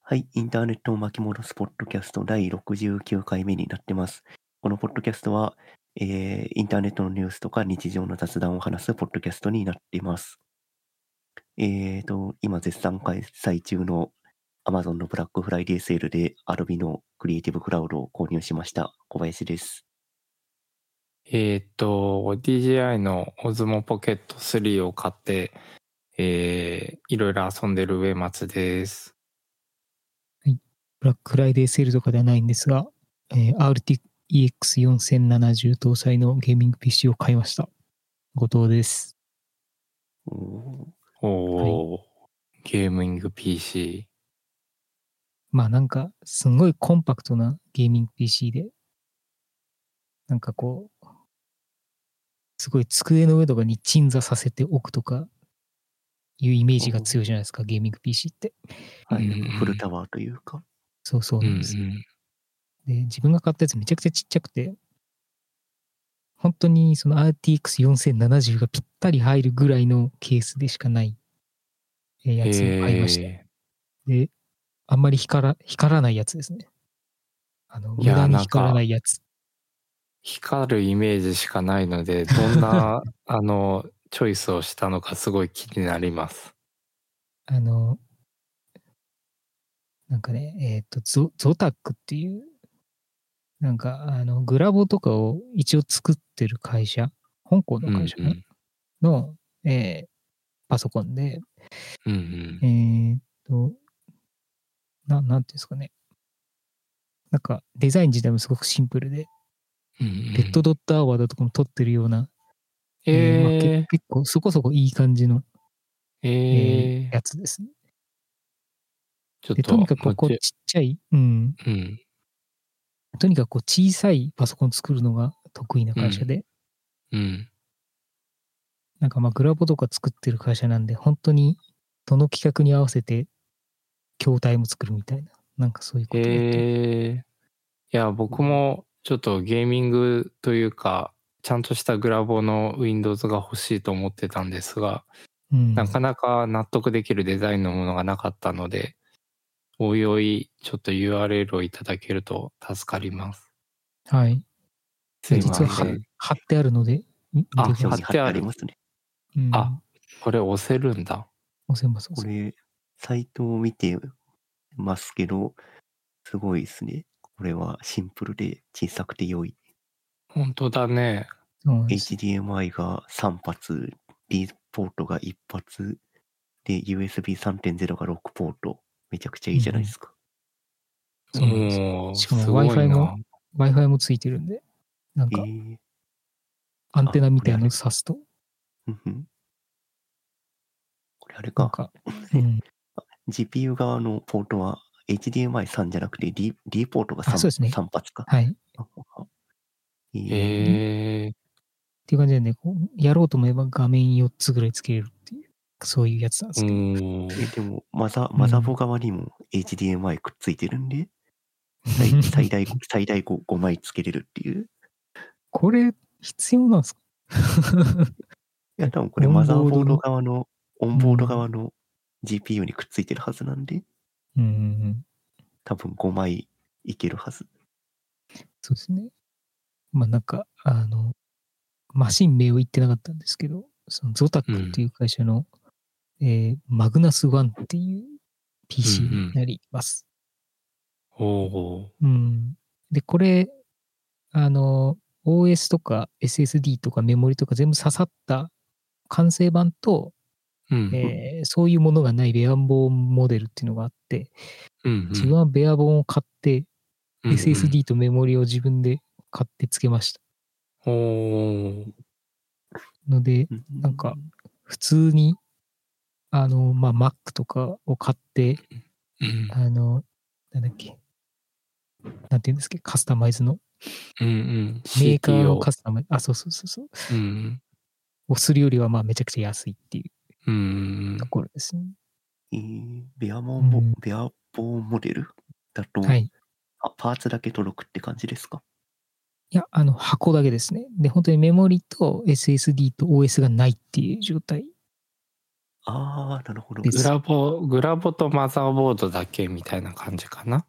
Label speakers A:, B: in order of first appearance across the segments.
A: はい、インターネットを巻き戻すポッドキャスト第69回目になってます。このポッドキャストは、インターネットのニュースとか日常の雑談を話すポッドキャストになっています。今絶賛開催中の Amazon のブラックフライデーセールで Adobe のクリエイティブクラウドを購入しました。小林です。
B: DJI の Osmo Pocket 3を買って、いろいろ遊んでる上松です。
C: はい。ブラックフライデーセールとかではないんですが、RTX4070 搭載のゲーミング PC を買いました。後藤です。
B: ゲーミング PC。
C: まあなんか、すんごいコンパクトなゲーミング PC で、なんかこう、すごい机の上とかに鎮座させておくとかいうイメージが強いじゃないですか、ゲーミング PC って。
A: はい、フルタワーというか。
C: そうなんです。で、自分が買ったやつめちゃくちゃちっちゃくて、本当にその RTX4070 がぴったり入るぐらいのケースでしかないやつを買いました。で、あんまり光らないやつですね。無駄に光らないやつ。
B: 光るイメージしかないので、どんなチョイスをしたのかすごい気になります。
C: なんかね、ゾタックっていう、なんかグラボとかを一応作ってる会社、香港の会社の、パソコンで、なんていうんですかね。なんかデザイン自体もすごくシンプルで、レッドドットアワードとかも撮ってるような、結構そこそこいい感じの、やつですね。で、とにかくこうちっちゃい、とにかくこう小さいパソコン作るのが得意な会社で、なんかまあグラボとか作ってる会社なんで、本当にどの企画に合わせて筐体も作るみたいな、なんかそういうことをやってる。
B: いや、僕もちょっとゲーミングというか、ちゃんとしたグラボの Windows が欲しいと思ってたんですが、なかなか納得できるデザインのものがなかったので、おいおいちょっと URL をいただけると助かります。
C: はい。実は貼ってあるので、
A: 貼ってありますね。
B: これ押せるんだ。
C: 押せます。
A: これ、サイトを見てますけど、すごいですね。これはシンプルで小さくて良い。
B: 本当だね。
A: HDMI が3発、D ポートが1発、で、USB 3.0 が6ポート。めちゃくちゃいいじゃないですか。
C: そうなんですよ。しかも Wi-Fi もついてるんで、なんか、アンテナみたいなの挿すと。
A: これあれか。GPU 側のポートは HDMI3 じゃなくて D ポートが 3発か。
C: はい。っていう感じでね、こうやろうと思えば画面4つぐらいつけれるっていう、そういうやつなんですけど。
A: でも、マザボ側にも HDMI くっついてるんで、最大5枚つけれるっていう。
C: これ、必要なんですか？
A: いや、多分これマザーボード側の、オンボード側の GPU にくっついてるはずなんで、多分5枚いけるはず。
C: そうですね。まあなんか、マシン名を言ってなかったんですけど、そのゾタックっていう会社の、マグナス1っていう PC になります。で、これ、OS とか SSD とかメモリとか全部刺さった完成版と、そういうものがないベアボーンモデルっていうのがあって、自分はベアボーンを買って、SSD とメモリを自分で買ってつけました。ので、なんか、普通に、Mac とかを買って、なんだっけ、なんていうんですか、カスタマイズの、メーカーのカスタマイズ、そう。をするよりは、まあ、めちゃくちゃ安いっていうところですね。
A: ベアボーンモデルだと、パーツだけ届くって感じですか？
C: いや、箱だけですね。で、本当にメモリと SSD と OS がないっていう状態。
A: ああ、なるほど。
C: です
B: グラボとマザーボードだけみたいな感じかな。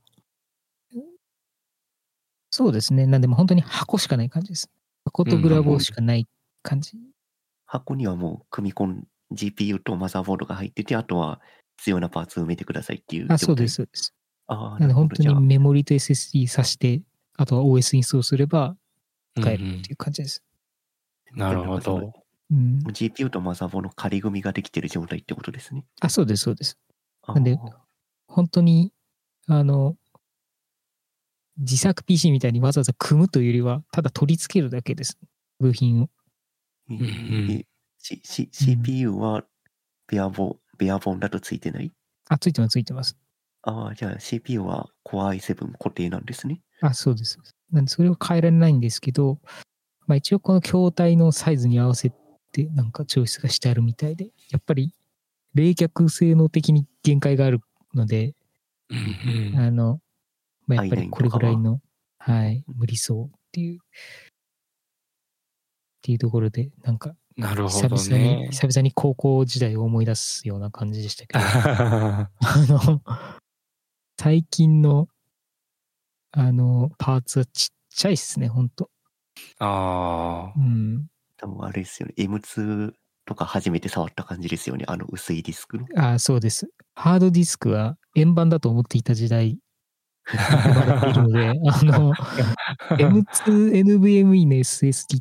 C: そうですね。なんでも本当に箱しかない感じです。箱とグラボしかない感じ。
A: 箱にはもう組み込ん、GPU とマザーボードが入ってて、あとは必要なパーツを埋めてくださいっていう状態。
C: あ、そうです、そうです。
A: ああ、
C: なんで本当に
A: メ
C: メモリと SSD 挿して、あとは OS インストールすれば使えるっていう感じです。
B: なるほど。
A: GPU とマザーボードの仮組みができてる状態ってことですね。
C: あ、そうです、そうです。なんで、本当に、自作 PC みたいにわざわざ組むというよりは、ただ取り付けるだけです。部品を。
A: CPU はベアボンだとついてない？
C: あ、ついてます、ついてます。
A: ああ、じゃあ CPU は Core i7 固定なんですね。
C: あ、そうです。なんでそれを変えられないんですけど、まあ一応この筐体のサイズに合わせてなんかチョイスがしてあるみたいで、やっぱり冷却性能的に限界があるので、まあ、やっぱりこれぐらいの、はい、無理そうっていうところで、なんか、
B: なるほどね。
C: 久々に高校時代を思い出すような感じでしたけど、最近の、パーツはちっちゃいっすね、ほんと。
B: ああ。
A: 多分あれですよね。M2 とか初めて触った感じですよね。薄いディスクの。
C: あ、そうです。ハードディスクは円盤だと思っていた時代、生まれているので、M2 NVMe の SSD って、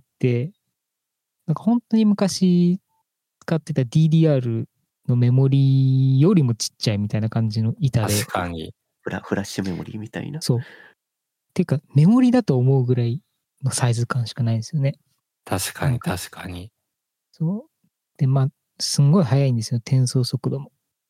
C: なんか本当に昔使ってた DDR のメモリよりもちっちゃいみたいな感じの板で。
B: 確かに。
A: フラッシュメモリーみたいな。
C: そう。ていうか、メモリだと思うぐらいのサイズ感しかないんですよね。
B: 確かに、確かに。
C: そう。で、まあ、すんごい速いんですよ、転送速度も。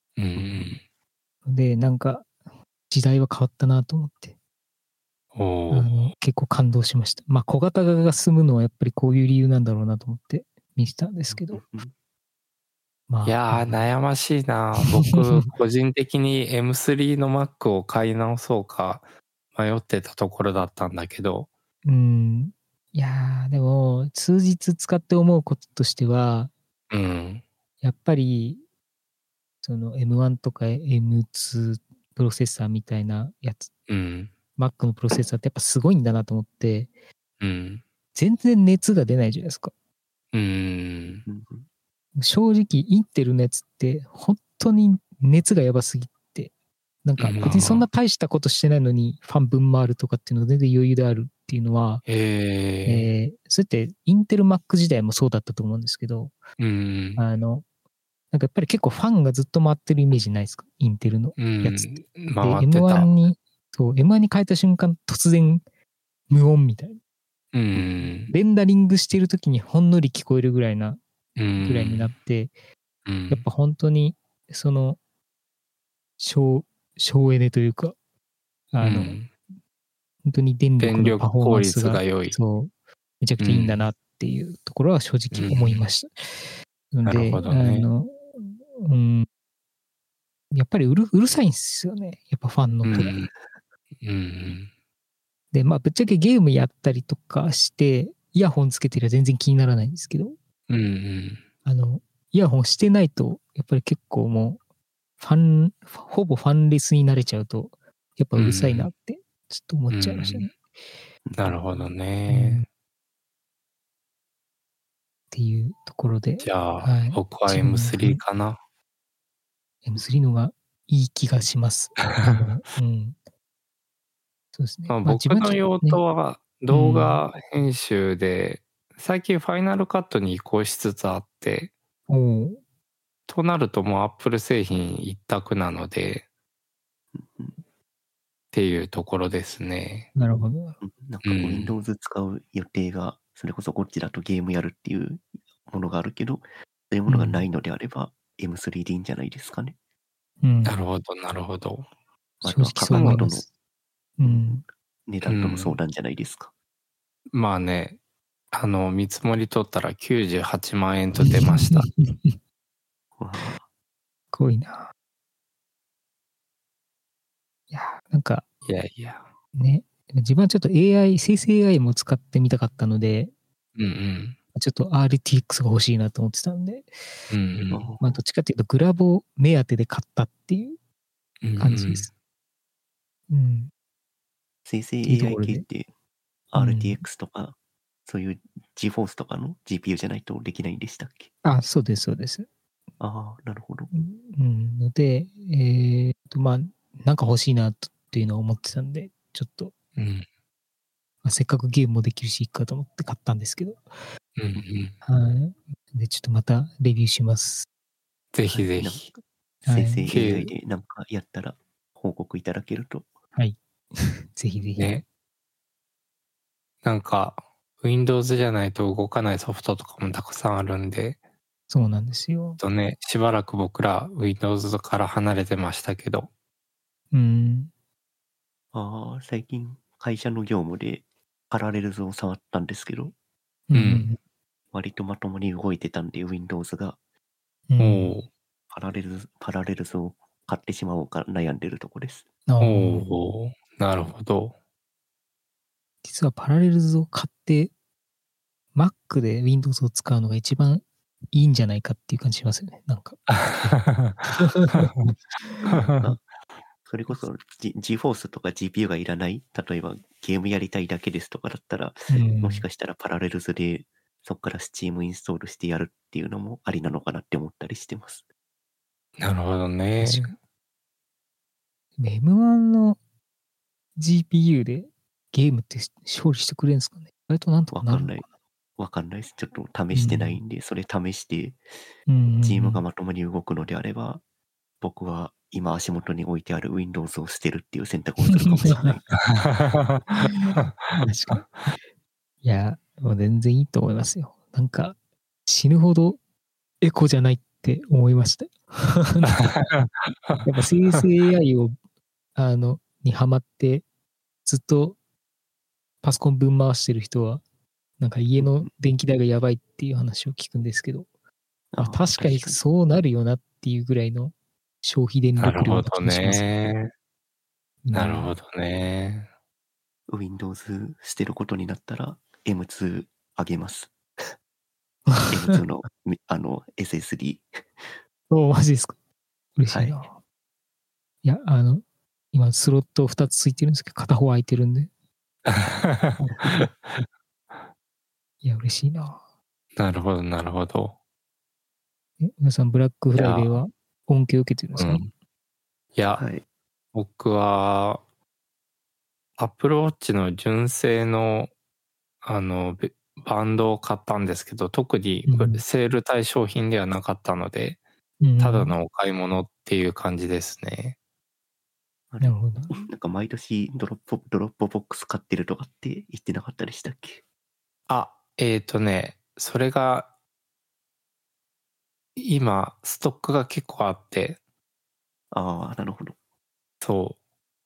C: で、なんか、時代は変わったなと思って。結構感動しました。まあ、小型化が進むのはやっぱりこういう理由なんだろうなと思って見てたんですけど。
B: まあ、いやー、悩ましいな。僕、個人的に M3 の Mac を買い直そうか迷ってたところだったんだけど。
C: いやー、でも、数日使って思うこととしては、やっぱり、その M1 とか M2 プロセッサーみたいなやつ、Mac のプロセッサーってやっぱすごいんだなと思って、全然熱が出ないじゃないですか。正直、インテルのやつって本当に熱がやばすぎて、なんか別にそんな大したことしてないのにファン分回るとかっていうのが全然余裕であるっていうのは、それってインテル Mac 時代もそうだったと思うんですけど、なんかやっぱり結構ファンがずっと回ってるイメージないですか、インテルのやつって。で、M1 に変えた瞬間突然無音みたいな。レンダリングしてる時にほんのり聞こえるぐらいになって、やっぱ本当にその省エネというか、本当に電力のパフォーマンスがそうめちゃくちゃいいんだなっていうところは正直思いました。ので、やっぱりうるさいんですよね。やっぱファンの音が。で、まあぶっちゃけゲームやったりとかしてイヤホンつけてりゃ全然気にならないんですけど、イヤホンしてないとやっぱり結構もうほぼファンレスになれちゃうとやっぱうるさいなってちょっと思っちゃいましたね。
B: なるほどね。
C: っていうところで。
B: じゃあ、僕は M3 かな。
C: M3 のがいい気がします。そうですね。
B: 僕の用途は動画編集で、最近ファイナルカットに移行しつつあって、となるともう Apple 製品一択なので、っていうところですね。
C: なるほど。
A: なんか Windows 使う予定が、それこそこっちだとゲームやるっていうものがあるけど、そういうものがないのであれば、M3 でいいんじゃないですかね。
B: なるほど、なるほど。
A: あとは価格との値段との相談じゃないですか。
B: まあね、見積もり取ったら98万円と出ました。
C: すごいな。いや、なんか、ね、自分はちょっと生成 AI も使ってみたかったので、 ちょっと RTX が欲しいなと思ってたんで、
B: うん。
C: まあどっちかっていうとグラボ目当てで買ったっていう感じです。うん。
A: 生成
C: っていうとこ
A: AI
C: ろで
A: 系って RTX とか、そういう GForce とかの GPU じゃないとできないんでしたっけ？
C: あ、そうです、そうです。
A: ああ、なるほど。
C: ので、まあ、なんか欲しいなっていうのを思ってたんで、ちょっと、まあ、せっかくゲームもできるし、いいかと思って買ったんですけど。はい。で、ちょっとまたレビューします。
B: ぜひぜひ。
A: 生成 AI でなんかやったら報告いただけると。
C: はい。ぜひぜひ。
B: ね。なんか、Windows じゃないと動かないソフトとかもたくさんあるんで。
C: そうなんですよ。
B: ね、しばらく僕ら Windows から離れてましたけど。
A: ああ、最近会社の業務でパラレルズを触ったんですけど、割とまともに動いてたんで Windows が、パラレルズを買ってしまおうか悩んでるとこです。
B: なるほど。
C: 実はパラレルズを買って Mac で Windows を使うのが一番いいんじゃないかっていう感じしますよね。なんか。
A: それこそ GForce とか GPU がいらない、例えばゲームやりたいだけですとかだったら、もしかしたらパラレルズでそこから Steam インストールしてやるっていうのもありなのかなって思ったりしてます。
B: なるほどね。
C: M1 の GPU でゲームって勝利してくれるんですかね？割となんとかなるのかな？
A: わかんないです。ちょっと試してないんで、それ試して、チームがまともに動くのであれば、僕は今足元に置いてある Windows を捨てるっていう選択をするかもしれない。
C: 確かに。いや、もう全然いいと思いますよ。なんか、死ぬほどエコじゃないって思いました。やっぱ生成 AI を、にハマって、ずっとパソコンぶん回してる人は、なんか家の電気代がやばいっていう話を聞くんですけど、まあ、確かにそうなるよなっていうぐらいの消費電力量な気がします。
B: なるほどね。
A: Windows 捨てることになったら M2 あげます。M2 のSSD。
C: お、マジですか？嬉しいな。いや、今スロット2つついてるんですけど、片方空いてるんで。いや、嬉しいな。
B: なるほど、なるほど。
C: 皆さん、ブラックフライデーは恩恵を受けてるんですか？い
B: や、僕は、Apple Watch の純正の、バンドを買ったんですけど、特にセール対商品ではなかったので、ただのお買い物っていう感じですね。
C: なるほど。
A: なんか毎年ドロップボックス買ってるとかって言ってなかったでしたっけ？
B: それが、今、ストックが結構あって。
A: ああ、なるほど。
B: そう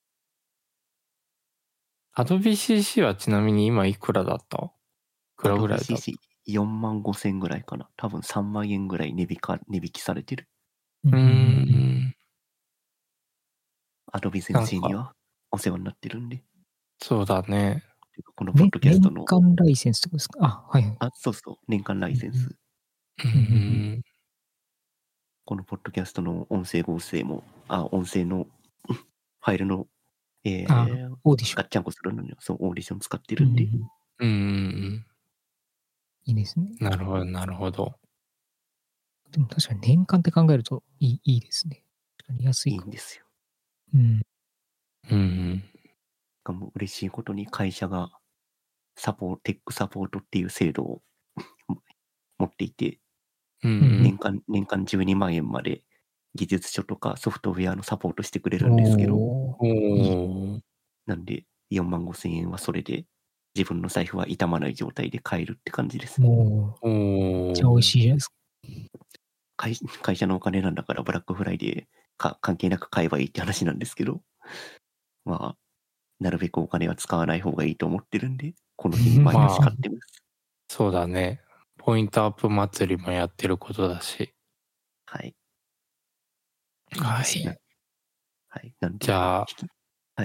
B: 。Adobe CC はちなみに今いくらだった？いくらぐらいだった？
A: Adobe CC4 万5千ぐらいかな。多分3万円ぐらい値引きされてる。Adobe 先生にはお世話になってるんで。
B: そうだね。
A: このポッドキャストの。
C: 年間ライセンスとかですか？あ、はいはい。
A: あ、そうそう。年間ライセンス。このポッドキャストの音声合成も、音声のファイルの、
C: オーディション。
A: ガッチャンコするのに、そう、オーディション使ってるんで。
C: いいですね。
B: なるほど、なるほど。
C: でも確かに年間って考えるといいですね。確かに安いか。
A: いいんですよ。しかも嬉しいことに会社がテックサポートっていう制度を持っていて、年間12万円まで技術書とかソフトウェアのサポートしてくれるんですけど、なんで4万5千円はそれで自分の財布は傷まない状態で買えるって感じですね。
C: めっちゃ美味しいじゃないですか。
A: 会社のお金なんだからブラックフライデー関係なく買えばいいって話なんですけど、まあ、なるべくお金は使わない方がいいと思ってるんで、この日に毎日買ってます。
B: そうだね。ポイントアップ祭りもやってることだし。
A: はい。
B: はい。
A: はい。なんで、
B: じゃあ、
A: はい。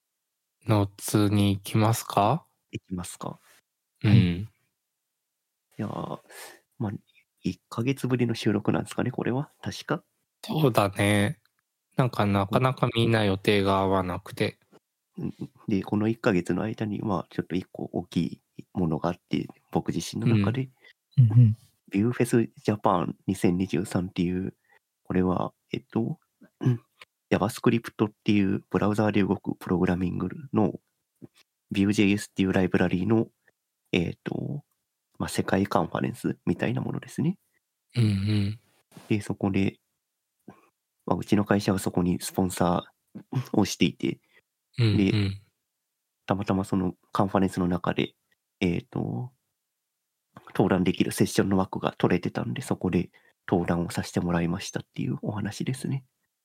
B: ノーツに行きますか？
A: 行きますか。
B: うん。
A: やー、まあ、1ヶ月ぶりの収録なんですかね、これは。確か。
B: そうだね。なんかなかなかみんな予定が合わなくて。
A: で、この1ヶ月の間に、まあ、ちょっと1個大きいものがあって、僕自身の中で、ビューフェスジャパン2023っていう、これは、JavaScript っていうブラウザーで動くプログラミングの Vue.js っていうライブラリーの、まあ、世界カンファレンスみたいなものですね。で、そこで、まあ、うちの会社はそこにスポンサーをしていて、で、たまたまそのカンファレンスの中で、登壇できるセッションの枠が取れてたんで、そこで登壇をさせてもらいましたっていうお話ですね。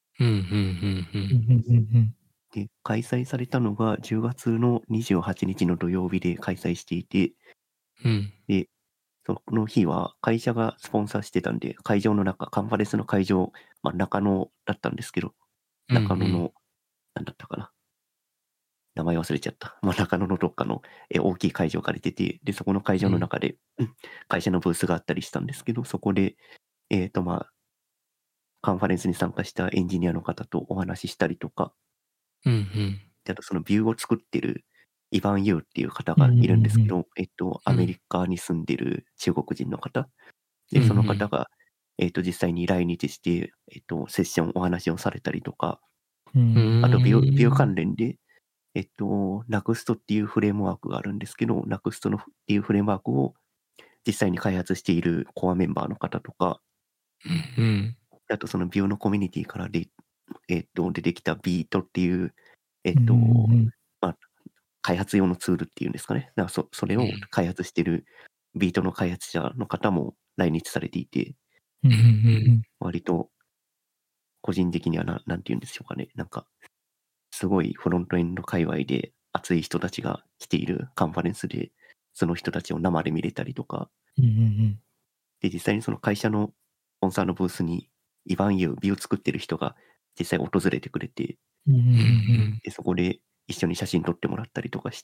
A: で、開催されたのが10月の28日の土曜日で開催していて、で、その日は会社がスポンサーしてたんで、会場の中、カンファレンスの会場、まあ、中野だったんですけど、中野の、なんだったかな。名前忘れちゃった。まあ、中野のどっかの大きい会場が出てて、で、そこの会場の中で、会社のブースがあったりしたんですけど、そこで、まあ、カンファレンスに参加したエンジニアの方とお話ししたりとか、であとそのビューを作ってるイヴァン・ユーっていう方がいるんですけど、アメリカに住んでる中国人の方。で、その方が、実際に来日して、セッションお話をされたりとか、あとビュー関連で、NUXT っていうフレームワークがあるんですけど、NUXT のっていうフレームワークを実際に開発しているコアメンバーの方とか、あとそのビューのコミュニティから出てきたビートっていう、まあ、開発用のツールっていうんですかね。だからそれを開発しているビートの開発者の方も来日されていて、割と個人的にはなんて言うんでしょうかね。なんか、すごいフロントエンド界隈で熱い人たちが来ているカンファレンスで、その人たちを生で見れたりとか、で、実際にその会社のスポンサーのブースにイヴァン・ユー、ビュー作ってる人が実際訪れてくれて、でそこで一緒に写真撮ってもらったりとかして、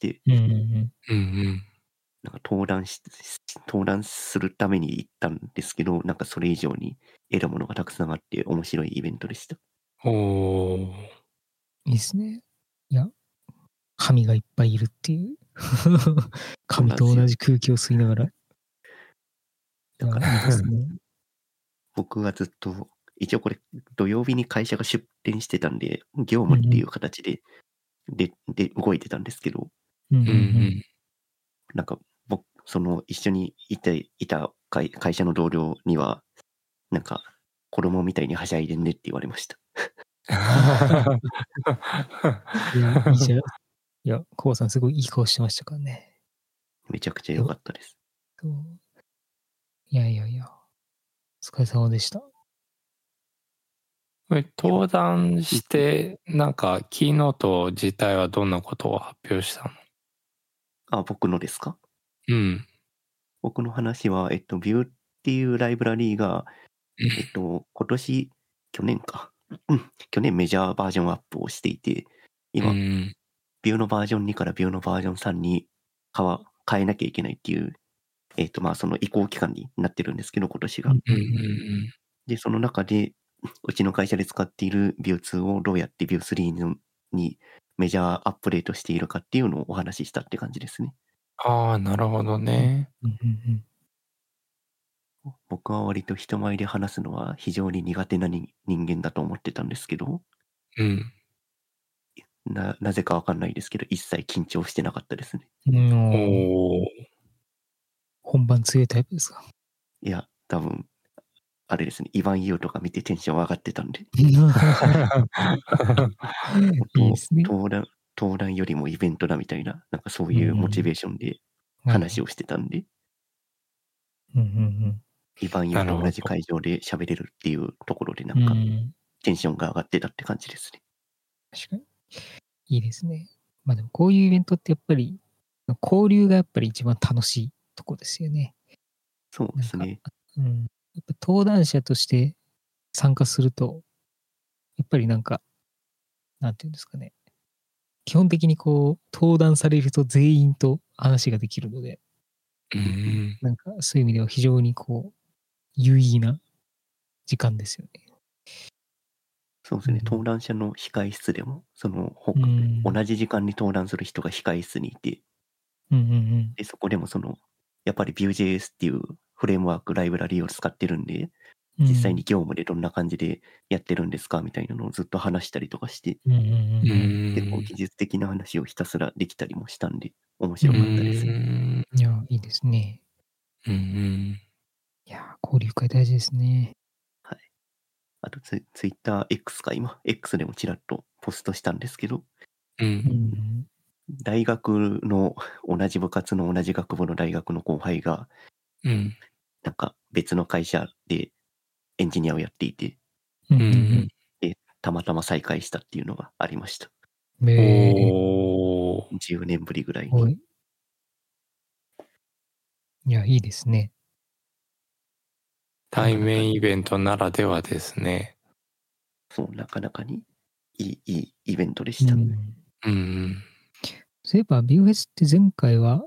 A: なんか登壇するために行ったんですけど、なんかそれ以上に得るものがたくさんあって面白いイベントでした。
C: いいですね。いや、神がいっぱいいるっていう。神と同じ空気を吸いながら。
A: だからいいですね。僕はずっと、一応これ土曜日に会社が出店してたんで、業務っていう形で、で動いてたんですけど、なんか僕、その一緒にいた会社の同僚には、なんか子供みたいにはしゃいでんねって言われました。
C: いや、コウさんすごいいい顔してましたからね。
A: めちゃくちゃ良かったです。
C: いや、お疲れ様でした。
B: 登壇して、なんか、キーノート自体はどんなことを発表したの？
A: あ、僕のですか？
B: 僕
A: の話は、ビューっていうライブラリーが、今年、去年メジャーバージョンアップをしていて、今、ビューのバージョン2からビューのバージョン3に変えなきゃいけないっていう、まあその移行期間になってるんですけど、今年が。で、その中で、うちの会社で使っているビュー2をどうやってビュー3にメジャーアップデートしているかっていうのをお話ししたって感じですね。
B: ああ、なるほどね。
A: 僕は割と人前で話すのは非常に苦手な人間だと思ってたんですけど、なぜかわかんないですけど、一切緊張してなかったですね。
C: 本番強いタイプですか？
A: いや、多分、あれですね、イヴァン・ユーとか見てテンション上がってたんで。いいですね。登壇よりもイベントだみたいな、なんかそういうモチベーションで話をしてたんで。イヴァン・ユーと同じ会場で喋れるっていうところでなんかテンションが上がってたって感じですね。
C: 確かに。いいですね。まあでもこういうイベントってやっぱり交流がやっぱり一番楽しいとこですよね。
A: そうですね。
C: やっぱ登壇者として参加すると、やっぱりなんていうんですかね。基本的にこう登壇されると全員と話ができるので、 なんかそういう意味では非常にこう、有意義な時間ですよね。
A: そうですね、登壇者の控室でも、同じ時間に登壇する人が控室にいて、で、そこでもやっぱり Vue.js っていうフレームワーク、ライブラリーを使ってるんで、実際に業務でどんな感じでやってるんですかみたいなのをずっと話したりとかして、結構技術的な話をひたすらできたりもしたんで、面白かったですね。
C: いや、いいですね。いや、交流会大事ですね。
A: はい。あとツイッター X か、今、X でもちらっとポストしたんですけど、大学の同じ部活の同じ学部の大学の後輩が、なんか別の会社でエンジニアをやっていて、で、たまたま再会したっていうのがありました。10年ぶりぐらいに。
C: いや、いいですね。
B: 対面イベントならではですね。
A: そう、なかなかにいいイベントでした。
C: そういえば、ビューフェスって前回は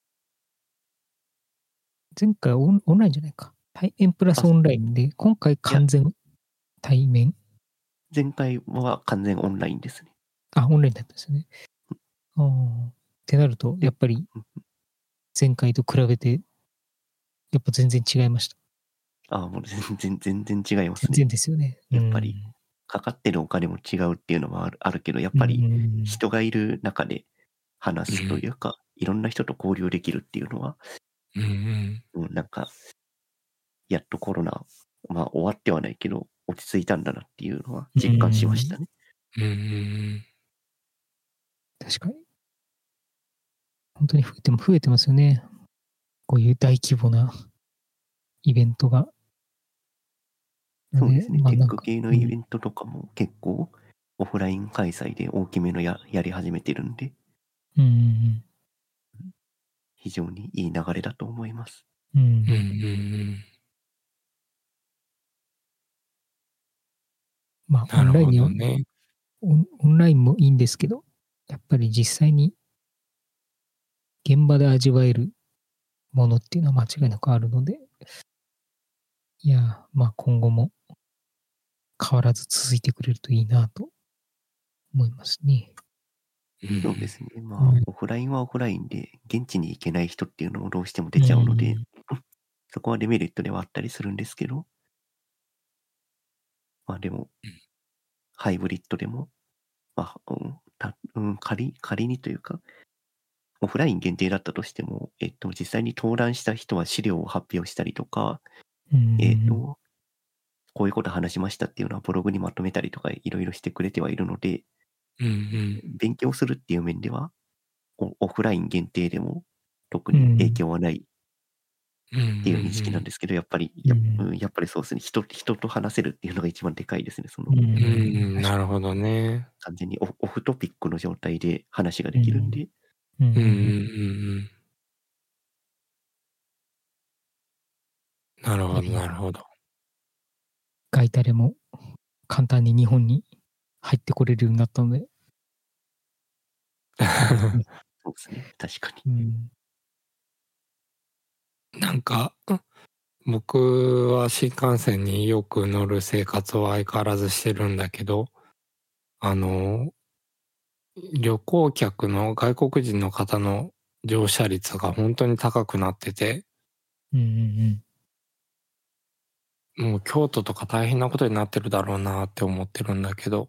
C: オンラインじゃないか。対面プラスオンラインで、今回完全対面。
A: 前回は完全オンラインですね。
C: あ、オンラインだったんですね。ってなると、やっぱり前回と比べて、やっぱ全然違いました。
A: もう全然違いますね。
C: 全然ですよね。
A: やっぱり、かかってるお金も違うっていうのはあるけど、やっぱり人がいる中で話すというか、いろんな人と交流できるっていうのは、なんか、やっとコロナ、まあ終わってはないけど、落ち着いたんだなっていうのは実感しましたね。
C: 確かに。本当に増えてますよね。こういう大規模なイベントが。
A: そうですね。テック系のイベントとかも結構オフライン開催で大きめのやり始めてるんで、非常にいい流れだと思います。
C: まあ、オンラインには、オンラインもいいんですけど、やっぱり実際に現場で味わえるものっていうのは間違いなくあるので、いや、まあ今後も変わらず続いてくれるといいなと思いますね。
A: そうですね。まあ、オフラインはオフラインで、現地に行けない人っていうのもどうしても出ちゃうので、そこはデメリットではあったりするんですけど、まあでも、ハイブリッドでも、まあ、仮にというか、オフライン限定だったとしても、実際に登壇した人は資料を発表したりとか、こういうこと話しましたっていうのはブログにまとめたりとかいろいろしてくれてはいるので、勉強するっていう面では、オフライン限定でも特に影響はないっていう認識なんですけど、やっぱりそうですね、人と話せるっていうのが一番でかいですね、
B: なるほどね。
A: 完全にオフトピックの状態で話ができるんで。
B: なるほど、なるほど。
C: ガイタレも簡単に日本に入ってこれるようになったので。
A: そうですね、確かに。
B: なんか、僕は新幹線によく乗る生活は相変わらずしてるんだけど、旅行客の外国人の方の乗車率が本当に高くなってて、もう京都とか大変なことになってるだろうなって思ってるんだけど。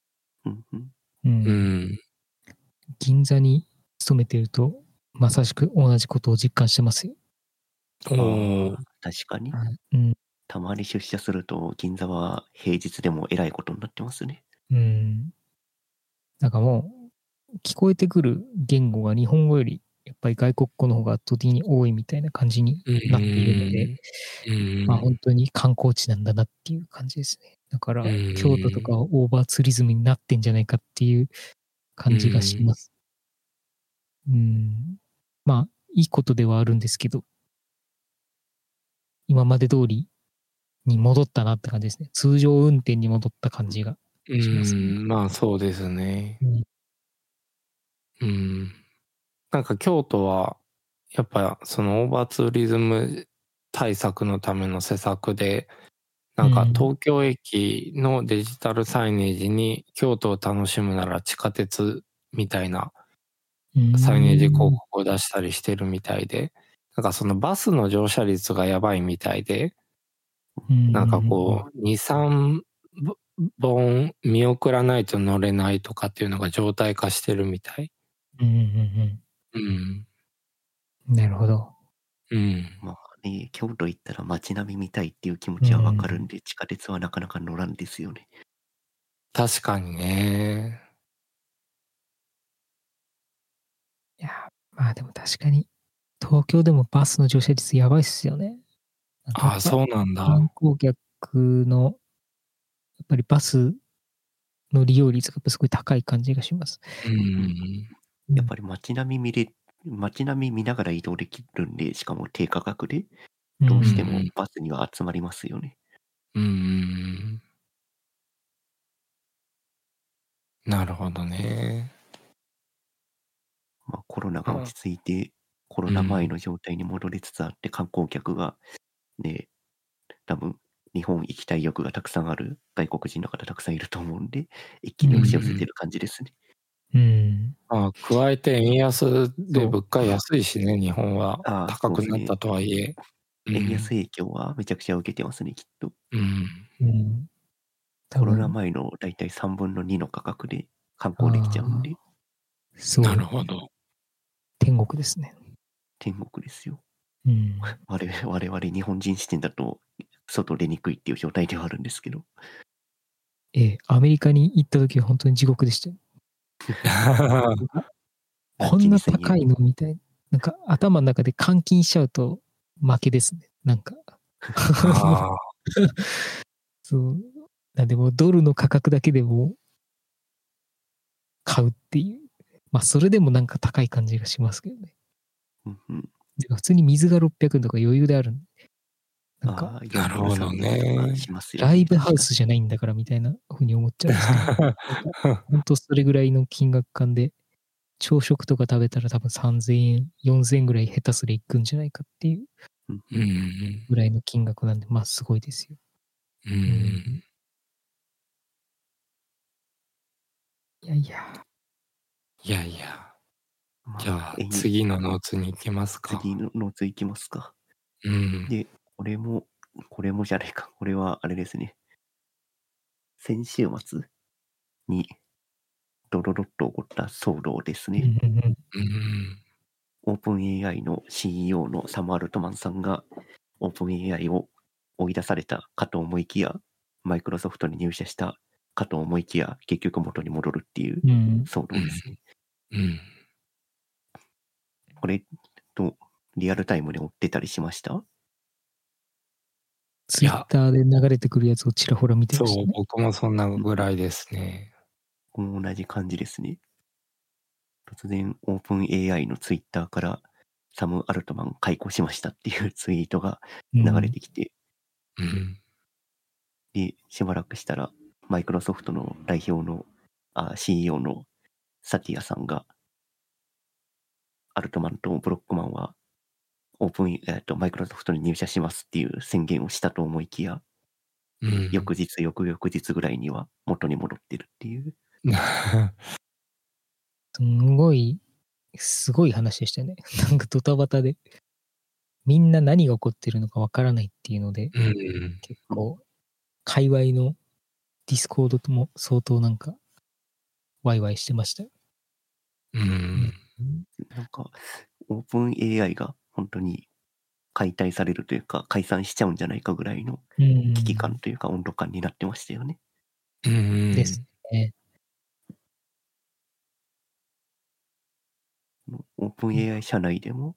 C: 銀座に勤めてると、まさしく同じことを実感してますよ。
A: 確かに。たまに出社すると、銀座は平日でもえらいことになってますね。
C: なんかもう、聞こえてくる言語が日本語より、やっぱり外国語の方が圧倒的に多いみたいな感じになっているので、まあ本当に観光地なんだなっていう感じですね。だから、京都とかはオーバーツーリズムになってんじゃないかっていう感じがします。まあ、いいことではあるんですけど、今まで通りに戻ったなって感じですね。通常運転に戻った感じがします、ね。
B: まあそうですね。なんか京都はやっぱそのオーバーツーリズム対策のための施策で、なんか東京駅のデジタルサイネージに京都を楽しむなら地下鉄みたいなサイネージ広告を出したりしてるみたいで、なんかそのバスの乗車率がやばいみたいで、なんかこう2、3本見送らないと乗れないとかっていうのが常態化してるみたい。
C: なるほど。
A: まあね、京都行ったら街並み見たいっていう気持ちはわかるんで、地下鉄はなかなか乗らんですよね。
B: 確かにね。
C: いや、まあでも確かに、東京でもバスの乗車率やばいっすよね。
B: ああ、そうなんだ。
C: 観光客の、やっぱりバスの利用率がすごい高い感じがします。
A: やっぱり街並み見ながら移動できるんで、しかも低価格で、どうしてもバスには集まりますよね。
B: なるほどね。
A: まあコロナが落ち着いて、コロナ前の状態に戻りつつあって、観光客がね、多分日本行きたい欲がたくさんある外国人の方たくさんいると思うんで、一気に押し寄せてる感じですね。
B: 加えて円安で物価安いしね、日本は。高くなったとはいえ。
A: 円安影響はめちゃくちゃ受けてますね、きっと。
C: コ
A: コロナ前のだいたい3分の2の価格で観光できちゃうんで。
B: なるほど。
C: 天国ですね。
A: 天国ですよ。我々日本人視点だと外出にくいっていう状態ではあるんですけど。
C: アメリカに行った時は本当に地獄でしたよ。こんな高いのみたいな。なんか頭の中で換金しちゃうと負けですね。なんか。そう。でもドルの価格だけでも買うっていう。まあそれでもなんか高い感じがしますけどね。普通に水が600円とか余裕であるんで。なんか、
B: なるほどね。
C: ライブハウスじゃないんだからみたいなふうに思っちゃうんですけど。本当それぐらいの金額感で、朝食とか食べたら多分3000円、4000円ぐらい下手すりいくんじゃないかっていうぐらいの金額なんで、まあすごいですよ。いやいや。
B: いやいや。じゃあ次のノーツに行きますか。
A: 次のノーツ行きますか。で、これもじゃないか。これはあれですね。先週末にドロロッと起こった騒動ですね。オープン AI の CEO のサム・アルトマンさんがオープン AI を追い出されたかと思いきや、マイクロソフトに入社したかと思いきや、結局元に戻るっていう騒動ですね。これとリアルタイムで追ってたりしました？
C: ツイッターで流れてくるやつをちらほら見てましたね。
B: そう、僕もそんなぐらいですね。
A: 僕も同じ感じですね。突然、オープン AI のツイッターからサム・アルトマン解雇しましたっていうツイートが流れてきて、で、しばらくしたら、マイクロソフトの代表の、CEO のサティアさんが、アルトマンとブロックマンは、マイクロソフトに入社しますっていう宣言をしたと思いきや、翌々日ぐらいには元に戻ってるっていう。
C: すごい話でしたね。なんかドタバタで、みんな何が起こってるのかわからないっていうので、結構、界隈のディスコードとも相当なんか、ワイワイしてましたよ。
A: なんか、オープン AI が本当に解体されるというか、解散しちゃうんじゃないかぐらいの危機感というか温度感になってましたよね。
C: ですね。
A: オープン AI 社内でも、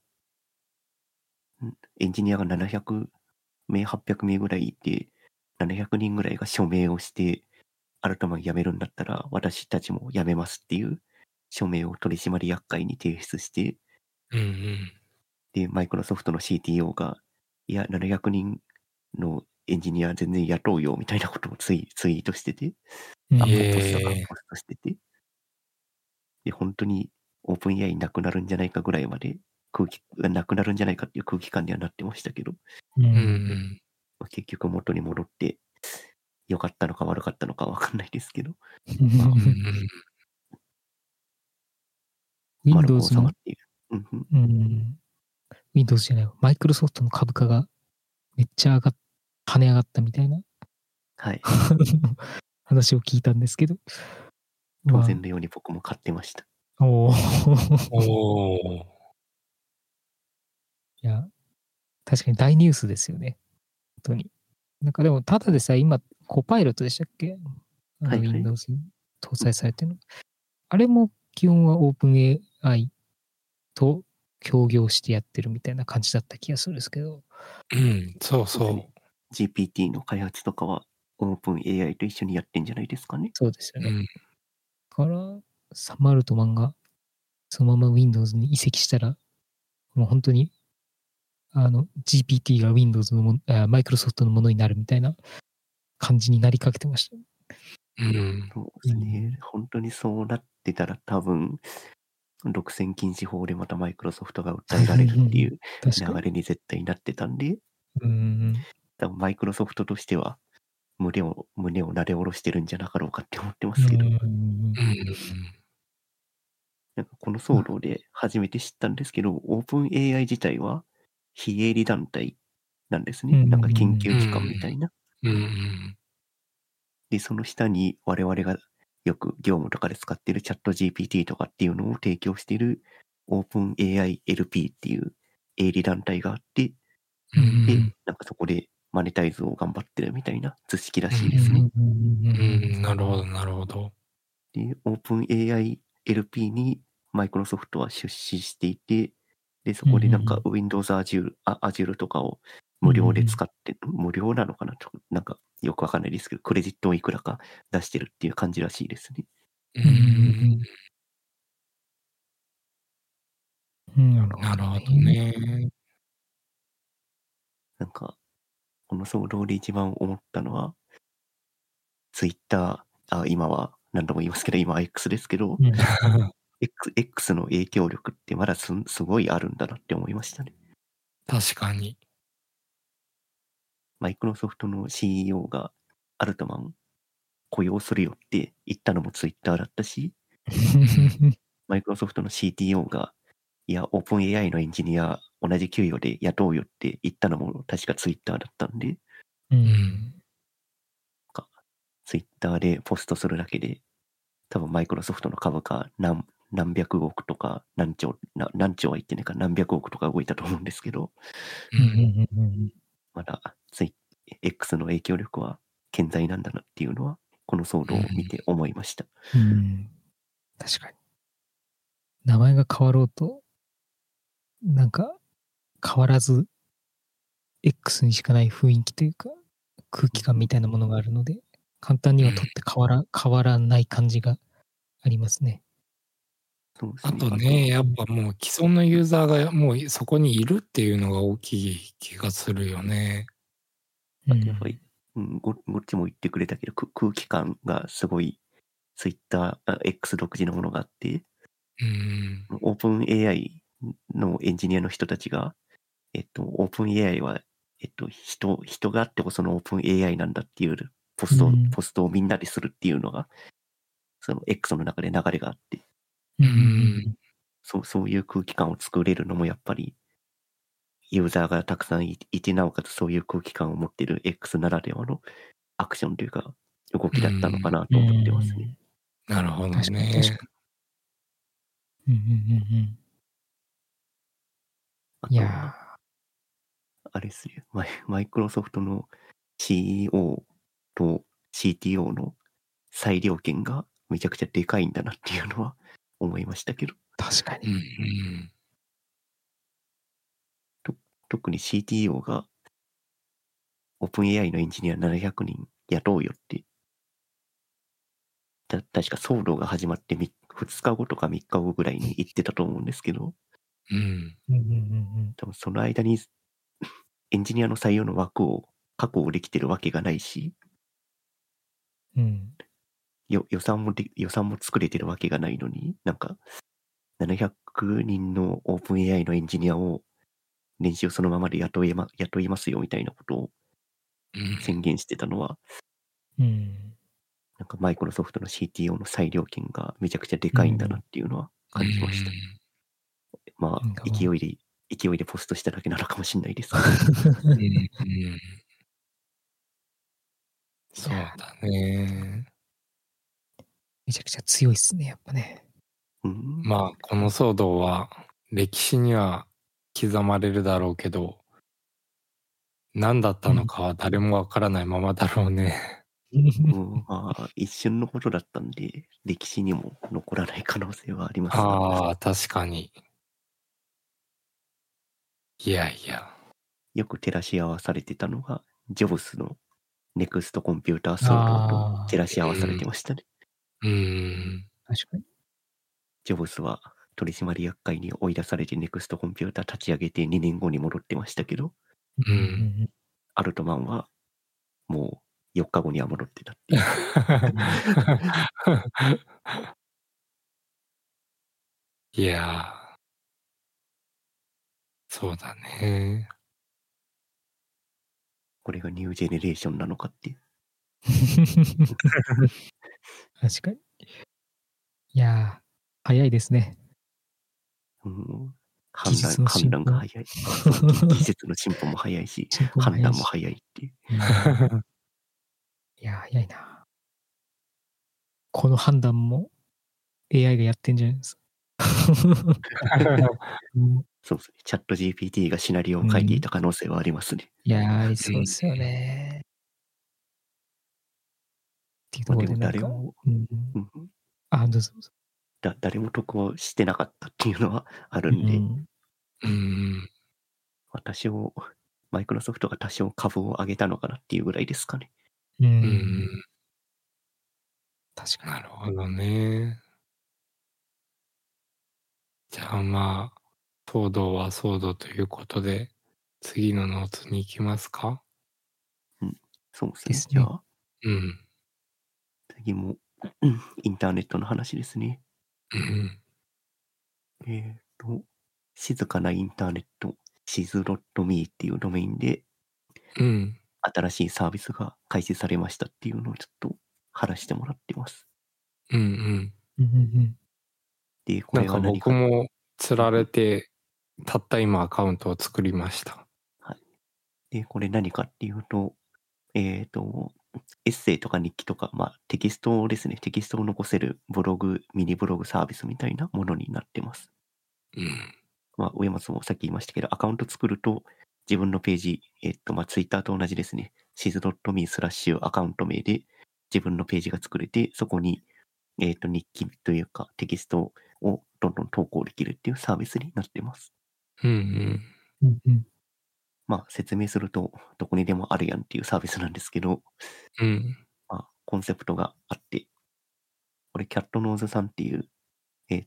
A: エンジニアが700名、800名ぐらいいて、700人ぐらいが署名をして、アルトマン辞めるんだったら私たちも辞めますっていう署名を取締役会に提出して、で、マイクロソフトの CTO が、いや、700人のエンジニア全然雇うよみたいなことをツイートしてて、ポストしてて、で、本当にオープン AI なくなるんじゃないかぐらいまで空気がなくなるんじゃないかっていう空気感にはなってましたけど、結局元に戻って良かったのか悪かったのかわかんないですけど、
C: Windows の、
A: っていう。
C: Windows じゃない、マイクロソフトの株価がめっちゃ跳ね上がったみたいな、
A: はい、
C: 話を聞いたんですけど。
A: 当然のように僕も買ってました。
C: おー。いや、確かに大ニュースですよね。本当に。なんかでも、ただでさえ今、コパイロットでしたっけ？Windows に搭載されてるの。あれも基本は OpenAI と協業してやってるみたいな感じだった気がするんですけど。
B: そうそう。
A: GPT の開発とかは OpenAI と一緒にやってんじゃないですかね。
C: そうですよね。だから、サム・アルトマンがそのまま Windows に移籍したら、もう本当にGPT が Windows のマイクロソフトのものになるみたいな感じになりかけてました。
A: そうですね。本当にそうなってたら多分、独占禁止法でまたマイクロソフトが訴えられるっていう流れに絶対なってたんで、多分マイクロソフトとしては胸をなで下ろしてるんじゃなかろうかって思ってますけど。なんかこの騒動で初めて知ったんですけど、OpenAI 自体は非営利団体なんですね。なんか研究機関みたいな。で、その下に我々がよく業務とかで使っているチャット GPT とかっていうのを提供している OpenAI LP っていう営利団体があって、で、なんかそこでマネタイズを頑張ってるみたいな図式らしいですね。
B: なるほど、なるほど。
A: で、OpenAI LP にマイクロソフトは出資していて、で、そこでなんか Windows Azure とかを無料で使って、無料なのかなと、なんかよくわかんないですけど、クレジットをいくらか出してるっていう感じらしいですね。
B: なるほどね。
A: なんか、この騒動で一番思ったのは、Twitter、今は何度も言いますけど、今は X ですけど、X の影響力ってまだすごいあるんだなって思いましたね。
B: 確かに。
A: マイクロソフトの CEO がアルトマン雇用するよって言ったのもツイッターだったし、マイクロソフトの CTO が、いや、オープン AI のエンジニア同じ給与で雇うよって言ったのも確かツイッターだったんで、ツイッターでポストするだけで、多分マイクロソフトの株価何百億とか何兆は言ってないか何百億とか動いたと思うんですけど、まだX の影響力は健在なんだなっていうのは、この騒動を見て思いました。
C: 確かに。名前が変わろうと、なんか変わらず X にしかない雰囲気というか空気感みたいなものがあるので、簡単には取って変わらない感じがありますね。
B: あとね、やっぱもう既存のユーザーがもうそこにいるっていうのが大きい気がするよね。
A: あとやっぱり、ごっちも言ってくれたけど、空気感がすごい X 独自のものがあって、オープン AI のエンジニアの人たちが、オープン AI は、人があってこそのオープン AI なんだっていうポストをみんなでするっていうのが、その X の中で流れがあって、そういう空気感を作れるのもやっぱり、ユーザーがたくさんいて、なおかつそういう空気感を持っている X ならではのアクションというか、動きだったのかなと思ってますね。
B: なるほどね。
C: 確かに。
A: あとは、あれですね、マイクロソフトの CEO と CTO の裁量権がめちゃくちゃでかいんだなっていうのは思いましたけど。
C: 確かに。
A: 特に CTO が OpenAI のエンジニア700人雇うよって、確か騒動が始まって2日後とか3日後ぐらいに言ってたと思うんですけど、多分その間にエンジニアの採用の枠を確保できてるわけがないし、予算も作れてるわけがないのに、なんか 100人のオープン AI のエンジニアを年収そのままで雇いますよみたいなことを宣言してたのは、なんかマイクロソフトの CTO の裁量権がめちゃくちゃでかいんだなっていうのは感じました。まあ、勢いでポストしただけなのかもしれないですけど。
B: そうだね。
C: めちゃくちゃ強いっすね、やっぱね。
B: まあ、この騒動は歴史には刻まれるだろうけど、何だったのかは誰もわからないままだろうね。
A: まあ、一瞬のことだったんで、歴史にも残らない可能性はありますが。
B: ああ、確かに。いやいや。
A: よく照らし合わされてたのが、ジョブスのネクストコンピューター騒動と照らし合わされてましたね。
C: 確かに。
A: ジョブスは取締役会に追い出されてネクストコンピューター立ち上げて2年後に戻ってましたけど、アルトマンはもう4日後には戻ってたっていう。
B: いやー、そうだね。
A: これがニュージェネレーションなのかっていう。
C: 確かに。いやー、早いですね。
A: 判断が早い。技術の進歩も早いし、判断も早いっていう。
C: いやー、早いな。この判断も AI がやってんじゃないですか。
A: そうですね。チャット GPT がシナリオを書いていた可能性はありますね。
C: いやー、ありそうですよね。っていうところでなんか、
A: 誰も
C: どうぞ。
A: 誰も得をしてなかったっていうのはあるんで、多少、マイクロソフトが多少株を上げたのかなっていうぐらいですかね。
C: 確かに。
B: なるほどね。じゃあまあ、騒動は騒動ということで、次のノーツに行きますか？
A: そうですね。じゃあ、次も、インターネットの話ですね。静かなインターネット、Shiz.me っていうドメインで、新しいサービスが開始されましたっていうのをちょっと話してもらってます。
B: で、これは何か。僕も釣られて、たった今アカウントを作りました。
A: はい。で、これ何かっていうと、エッセイとか日記とか、テキストですね。テキストを残せるブログ、ミニブログサービスみたいなものになってます。上松もさっき言いましたけど、アカウント作ると、自分のページ、ツイッターと同じですね。shiz.me/ アカウント名で自分のページが作れて、そこに、日記というかテキストをどんどん投稿できるっていうサービスになってます。説明すると、どこにでもあるやんっていうサービスなんですけど、コンセプトがあって、これ、キャットノーズさんっていう、エ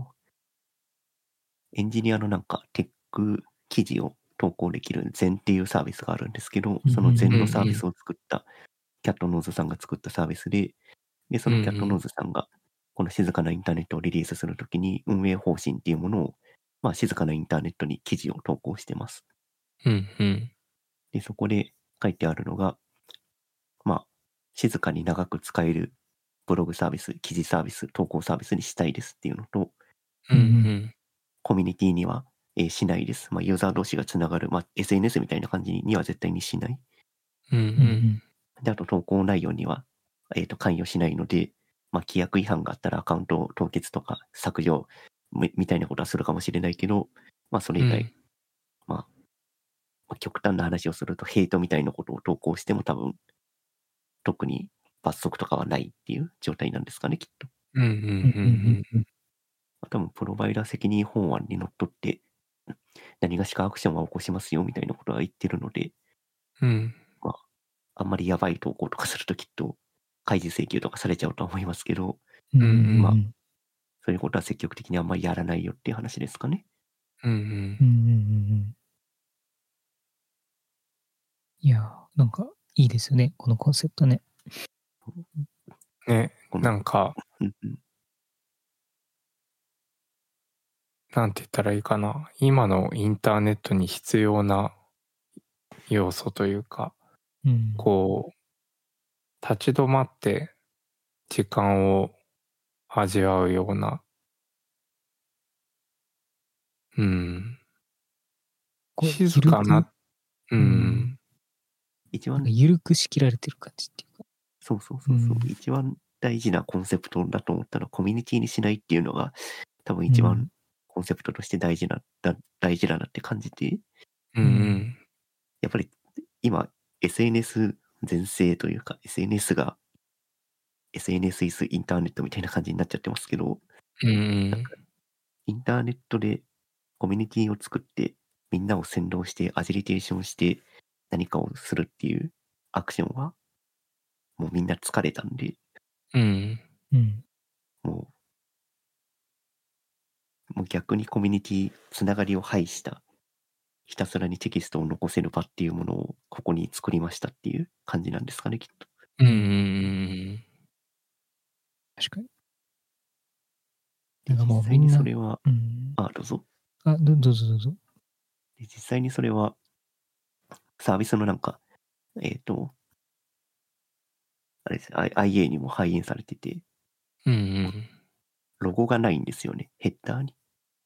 A: ンジニアのなんかテック記事を投稿できるZenっていうサービスがあるんですけど、そのZenのサービスを作ったキャットノーズさんが作ったサービスで、そのキャットノーズさんがこの静かなインターネットをリリースするときに運営方針っていうものを、静かなインターネットに記事を投稿してます。で、そこで書いてあるのが、静かに長く使えるブログサービス、記事サービス、投稿サービスにしたいですっていうのと、コミュニティには、しないです。ユーザー同士がつながる、SNS みたいな感じには絶対にしない。で、あと投稿内容には、関与しないので、規約違反があったらアカウント凍結とか削除みたいなことはするかもしれないけど、それ以外、極端な話をするとヘイトみたいなことを投稿しても多分、特に罰則とかはないっていう状態なんですかね、きっと。多分、プロバイダー責任法案にのっとって、何がしかアクションは起こしますよみたいなことは言ってるので、あんまりやばい投稿とかするときっと、開示請求とかされちゃうと思いますけど、そういうことは積極的にあんまりやらないよっていう話ですかね。
C: いや、なんかいいですよね、このコンセプトね。
B: ね、なんか、 なんて言ったらいいかな。今のインターネットに必要な要素というか、こう、立ち止まって時間を味わうような、静かな、
C: 一番緩く仕切られてる感じっていうか。
A: そう。一番大事なコンセプトだと思ったら、コミュニティにしないっていうのが、多分一番コンセプトとして大事だなって感じて、やっぱり今 SNS 全盛というか SNS イスインターネットみたいな感じになっちゃってますけど、なんかインターネットでコミュニティを作ってみんなを先導してアジリテーションして何かをするっていうアクションはもうみんな疲れたんで、もう逆にコミュニティつながりを排したひたすらにテキストを残せる場っていうものをここに作りましたっていう感じなんですかね、きっと。
C: 確かに。
A: 実際にそれは、どうぞ。
C: どうぞ。
A: 実際にそれは、サービスのなんか、あれですね、IA にも反映されてて、ロゴがないんですよね、ヘッダーに。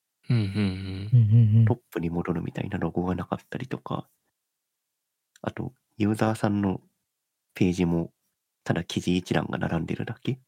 A: トップに戻るみたいなロゴがなかったりとか、あと、ユーザーさんのページも、ただ記事一覧が並んでるだけ。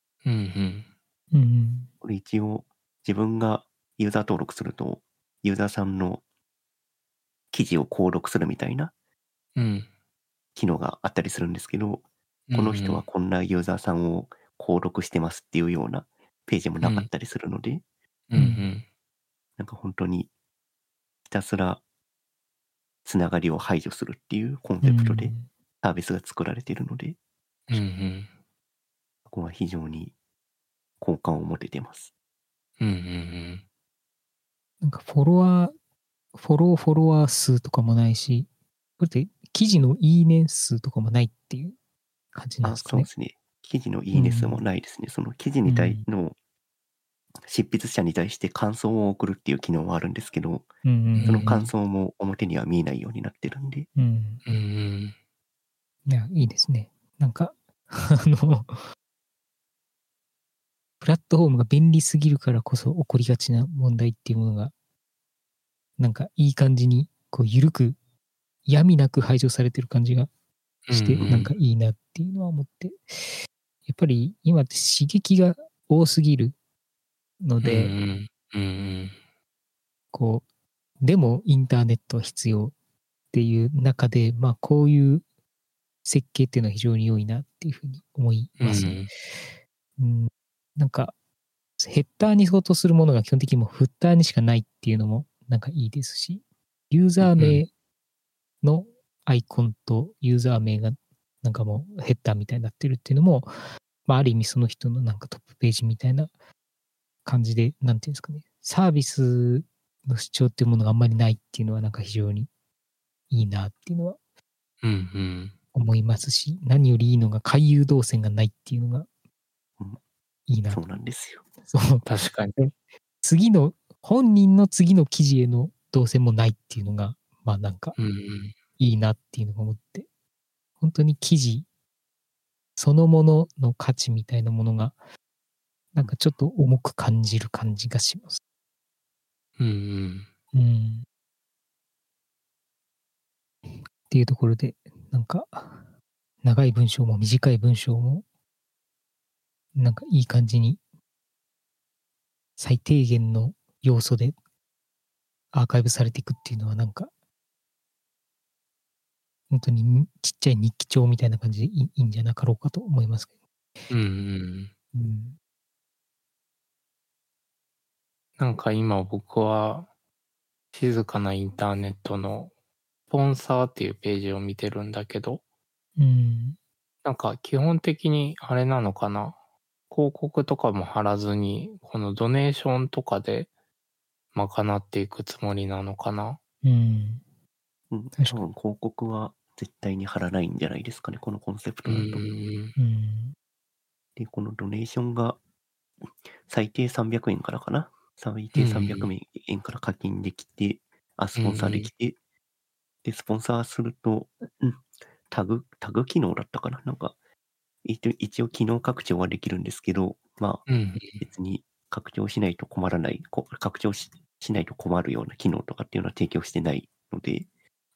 A: これ一応、自分がユーザー登録すると、ユーザーさんの記事を購読するみたいな機能があったりするんですけど、この人はこんなユーザーさんを購読してますっていうようなページもなかったりするので、なんか本当にひたすらつながりを排除するっていうコンセプトでサービスが作られているので、ここは非常に好感を持ててます。
C: なんかフォロワー数とかもないし、これって記事のいいね数とかもないっていう感じなんですかね。
A: そうですね。記事のいいね数もないですね。その記事に対の執筆者に対して感想を送るっていう機能はあるんですけど、その感想も表には見えないようになってるんで。
C: いや、いいですね。なんか、プラットフォームが便利すぎるからこそ起こりがちな問題っていうものが、なんかいい感じに、こう、緩く、闇なく排除されてる感じがして、なんかいいなっていうのは思って。やっぱり今って刺激が多すぎるので、こう、でもインターネットは必要っていう中で、まあこういう設計っていうのは非常に良いなっていうふうに思います。なんか、ヘッダーに相当するものが基本的にもうフッターにしかないっていうのもなんかいいですし、ユーザー名のアイコンとユーザー名がなんかもうヘッダーみたいになってるっていうのも、まあある意味その人のなんかトップページみたいな感じで、なんていうんですかね、サービスの主張っていうものがあんまりないっていうのはなんか非常にいいなっていうのは思いますし、何よりいいのが回遊動線がないっていうのがいいな。
A: そうなんですよ。
C: そう。
B: 確かに。
C: 本人の次の記事への動線もないっていうのが、まあなんか、いいなっていうのが思って、本当に記事そのものの価値みたいなものが、なんかちょっと重く感じる感じがします。っていうところで、なんか、長い文章も短い文章も、なんかいい感じに、最低限の要素でアーカイブされていくっていうのはなんか、本当にちっちゃい日記帳みたいな感じでいいんじゃなかろうかと思いますけど。
B: なんか今僕は静かなインターネットのスポンサーっていうページを見てるんだけど、なんか基本的にあれなのかな、広告とかも貼らずにこのドネーションとかで賄っていくつもりなのかな。
A: 多分広告は絶対に貼らないんじゃないですかね、このコンセプトだと。で、このドネーションが最低300円からかな。 最低300円から課金できて、スポンサーできて、で、スポンサーすると、タグ機能だったかな、なんか、一応機能拡張はできるんですけど、別に拡張しないと困らない、拡張しないと困るような機能とかっていうのは提供してないので、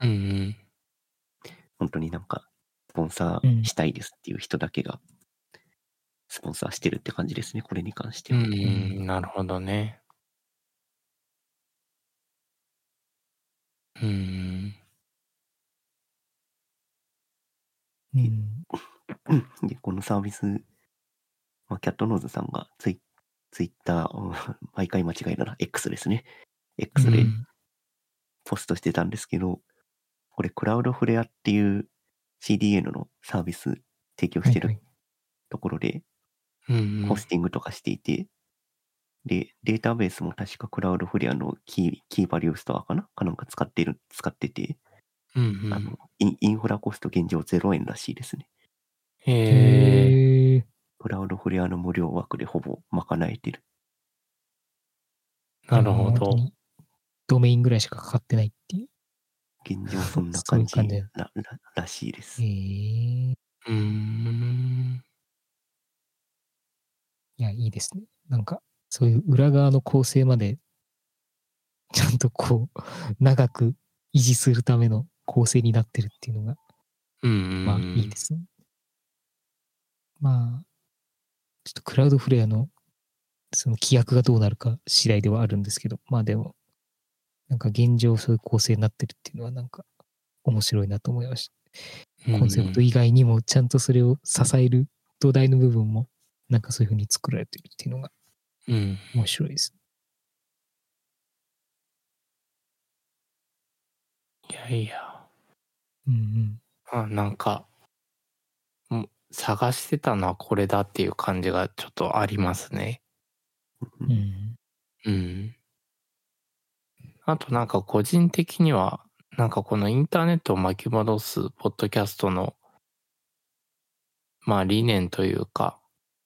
A: 本当になんか、スポンサーしたいですっていう人だけが、スポンサーしてるって感じですね、これに関しては。
B: なるほどね。
A: で、このサービス、キャットノーズさんがツイッター、毎回間違いだな、X ですね。X でポストしてたんですけど、これクラウドフレアっていう CDN のサービス提供してるところで、ホスティングとかしていて、で、データベースも確かクラウドフレアのキーバリューストアかなんか使ってて、インフラコスト現状0円らしいですね。クラウドフレアの無料枠でほぼ賄えてる。
B: なるほど。
C: ドメインぐらいしかかかってないっていう。
A: 現状そんな感じらしいです。
C: いや、いいですね。なんか、そういう裏側の構成まで、ちゃんとこう、長く維持するための構成になってるっていうのが、いいですね。ちょっとクラウドフレアのその規約がどうなるか次第ではあるんですけど、でも、なんか現状そういう構成になってるっていうのはなんか面白いなと思いました。コンセプト以外にもちゃんとそれを支える土台の部分もなんかそういう風に作られてるっていうのが面白いです。
B: いや。なんか、探してたのはこれだっていう感じがちょっとありますね。あとなんか個人的には、なんかこのインターネットを巻き戻すポッドキャストの、理念というか、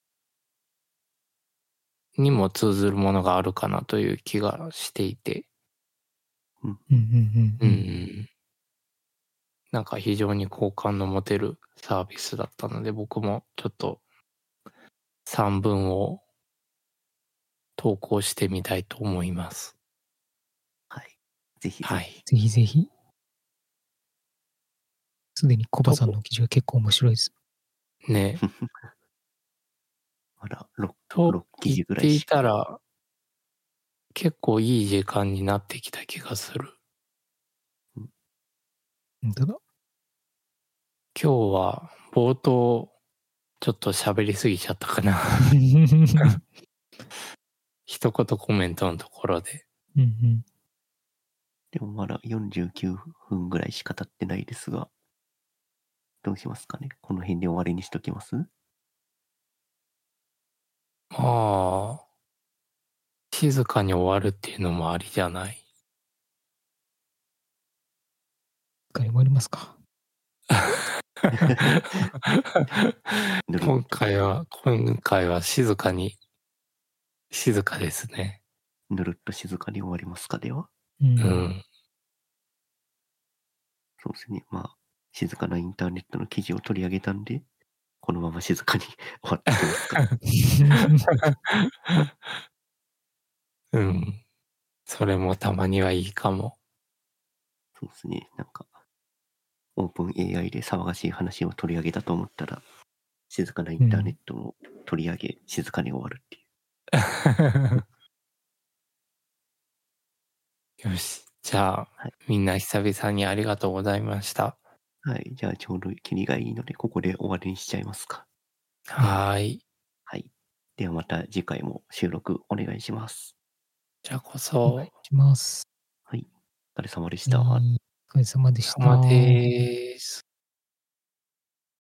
B: にも通ずるものがあるかなという気がしていて。なんか非常に好感の持てるサービスだったので、僕もちょっと3文を投稿してみたいと思います。
A: はい。ぜひ。
C: ぜひぜひ。すでにコバさんの記事は結構面白いです。
B: ね。
A: まだ6記事ぐらい
B: しか。と言っていたら、結構いい時間になってきた気がする。
C: 本当だ。
B: 今日は冒頭ちょっと喋りすぎちゃったかな。一言コメントのところで。
A: でもまだ49分ぐらいしか経ってないですが、どうしますかね。この辺で終わりにしときます？
B: 静かに終わるっていうのもありじゃない。
C: 静かに終わりますか。
B: 今回は静かですね。
A: ぬるっと静かに終わりますか、では。そうですね。静かなインターネットの記事を取り上げたんで、このまま静かに終わってきますか。
B: それもたまにはいいかも。
A: そうですね。なんか、オープン AI で騒がしい話を取り上げたと思ったら、静かなインターネットを取り上げ、静かに終わるっていう。
B: よし。じゃあ、みんな久々にありがとうございました。
A: はい。じゃあ、ちょうど切りがいいので、ここで終わりにしちゃいますか。
B: はい。
A: ではまた次回も収録お願いします。
B: じゃあこそ。
C: お願いします。
A: はい。お疲れ様でした。
C: お疲れ様でした。
B: お疲れ様です。